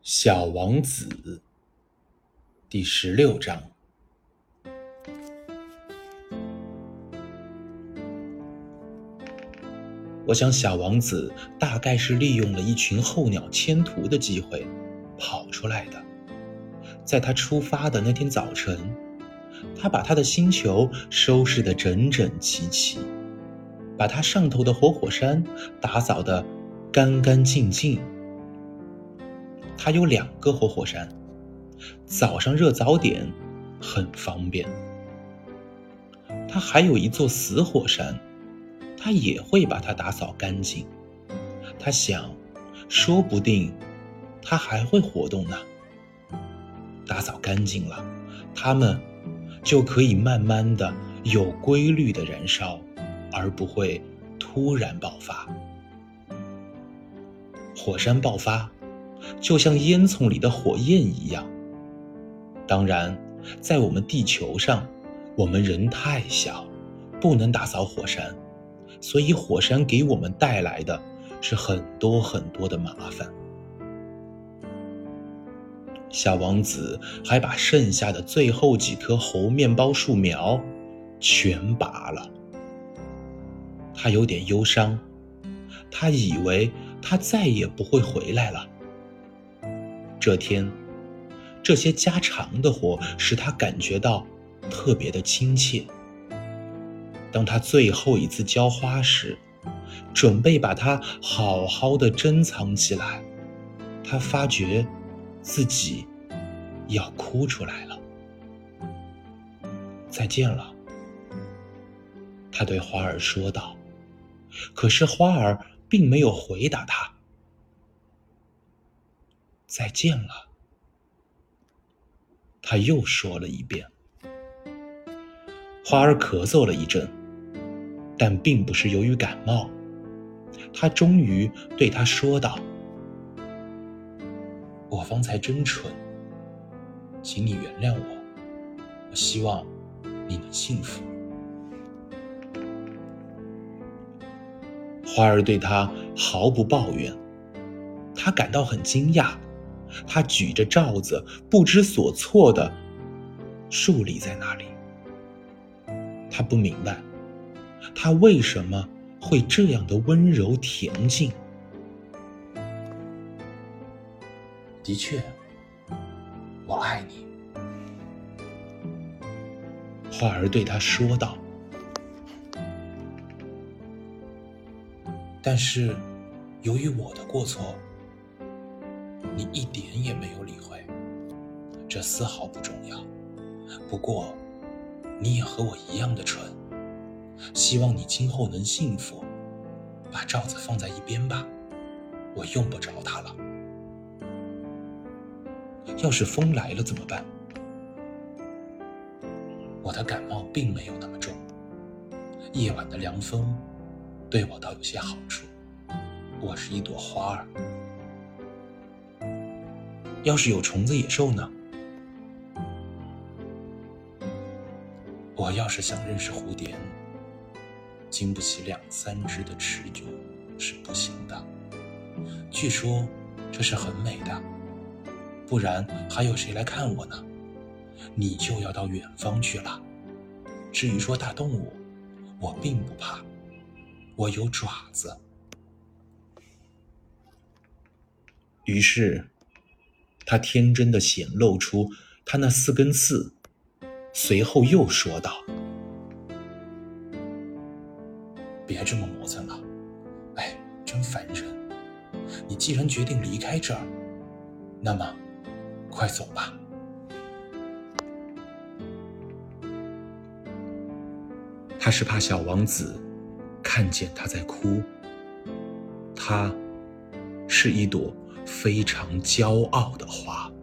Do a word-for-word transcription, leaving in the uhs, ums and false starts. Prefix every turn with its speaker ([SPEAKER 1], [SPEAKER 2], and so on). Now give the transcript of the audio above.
[SPEAKER 1] 小王子第十六章。我想小王子大概是利用了一群候鸟迁徙的机会跑出来的。在他出发的那天早晨，他把他的星球收拾得整整齐齐，把他上头的活火山打扫得干干净净。他有两个活火山，早上热早点很方便。他还有一座死火山，他也会把它打扫干净。他想，说不定他还会活动呢。打扫干净了，它们就可以慢慢的、有规律的燃烧，而不会突然爆发。火山爆发就像烟囱里的火焰一样。当然，在我们地球上，我们人太小，不能打扫火山，所以火山给我们带来的是很多很多的麻烦。小王子还把剩下的最后几棵猴面包树苗全拔了。他有点忧伤，他以为他再也不会回来了。这天，这些家常的活使他感觉到特别的亲切。当他最后一次浇花时，准备把它好好的珍藏起来，他发觉自己要哭出来了。再见了，他对花儿说道。可是花儿并没有回答他。再见了，他又说了一遍。花儿咳嗽了一阵，但并不是由于感冒。他终于对他说道：我方才真蠢，请你原谅我，我希望你能幸福。花儿对他毫不抱怨，他感到很惊讶。他举着罩子，不知所措地竖立在那里。他不明白，他为什么会这样的温柔恬静。的确，我爱你，花儿对他说道。但是，由于我的过错，你一点也没有理会，这丝毫不重要。不过，你也和我一样的蠢，希望你今后能幸福。把罩子放在一边吧，我用不着它了。要是风来了怎么办？我的感冒并没有那么重，夜晚的凉风对我倒有些好处。我是一朵花儿。要是有虫子野兽呢？我要是想认识蝴蝶，经不起两三只的持久是不行的。据说这是很美的，不然还有谁来看我呢？你就要到远方去了。至于说大动物，我并不怕，我有爪子。于是他天真地显露出他那四根刺，随后又说道：别这么磨蹭了，哎，真烦人。你既然决定离开这儿，那么快走吧。他是怕小王子看见他在哭。他是一朵非常骄傲的花。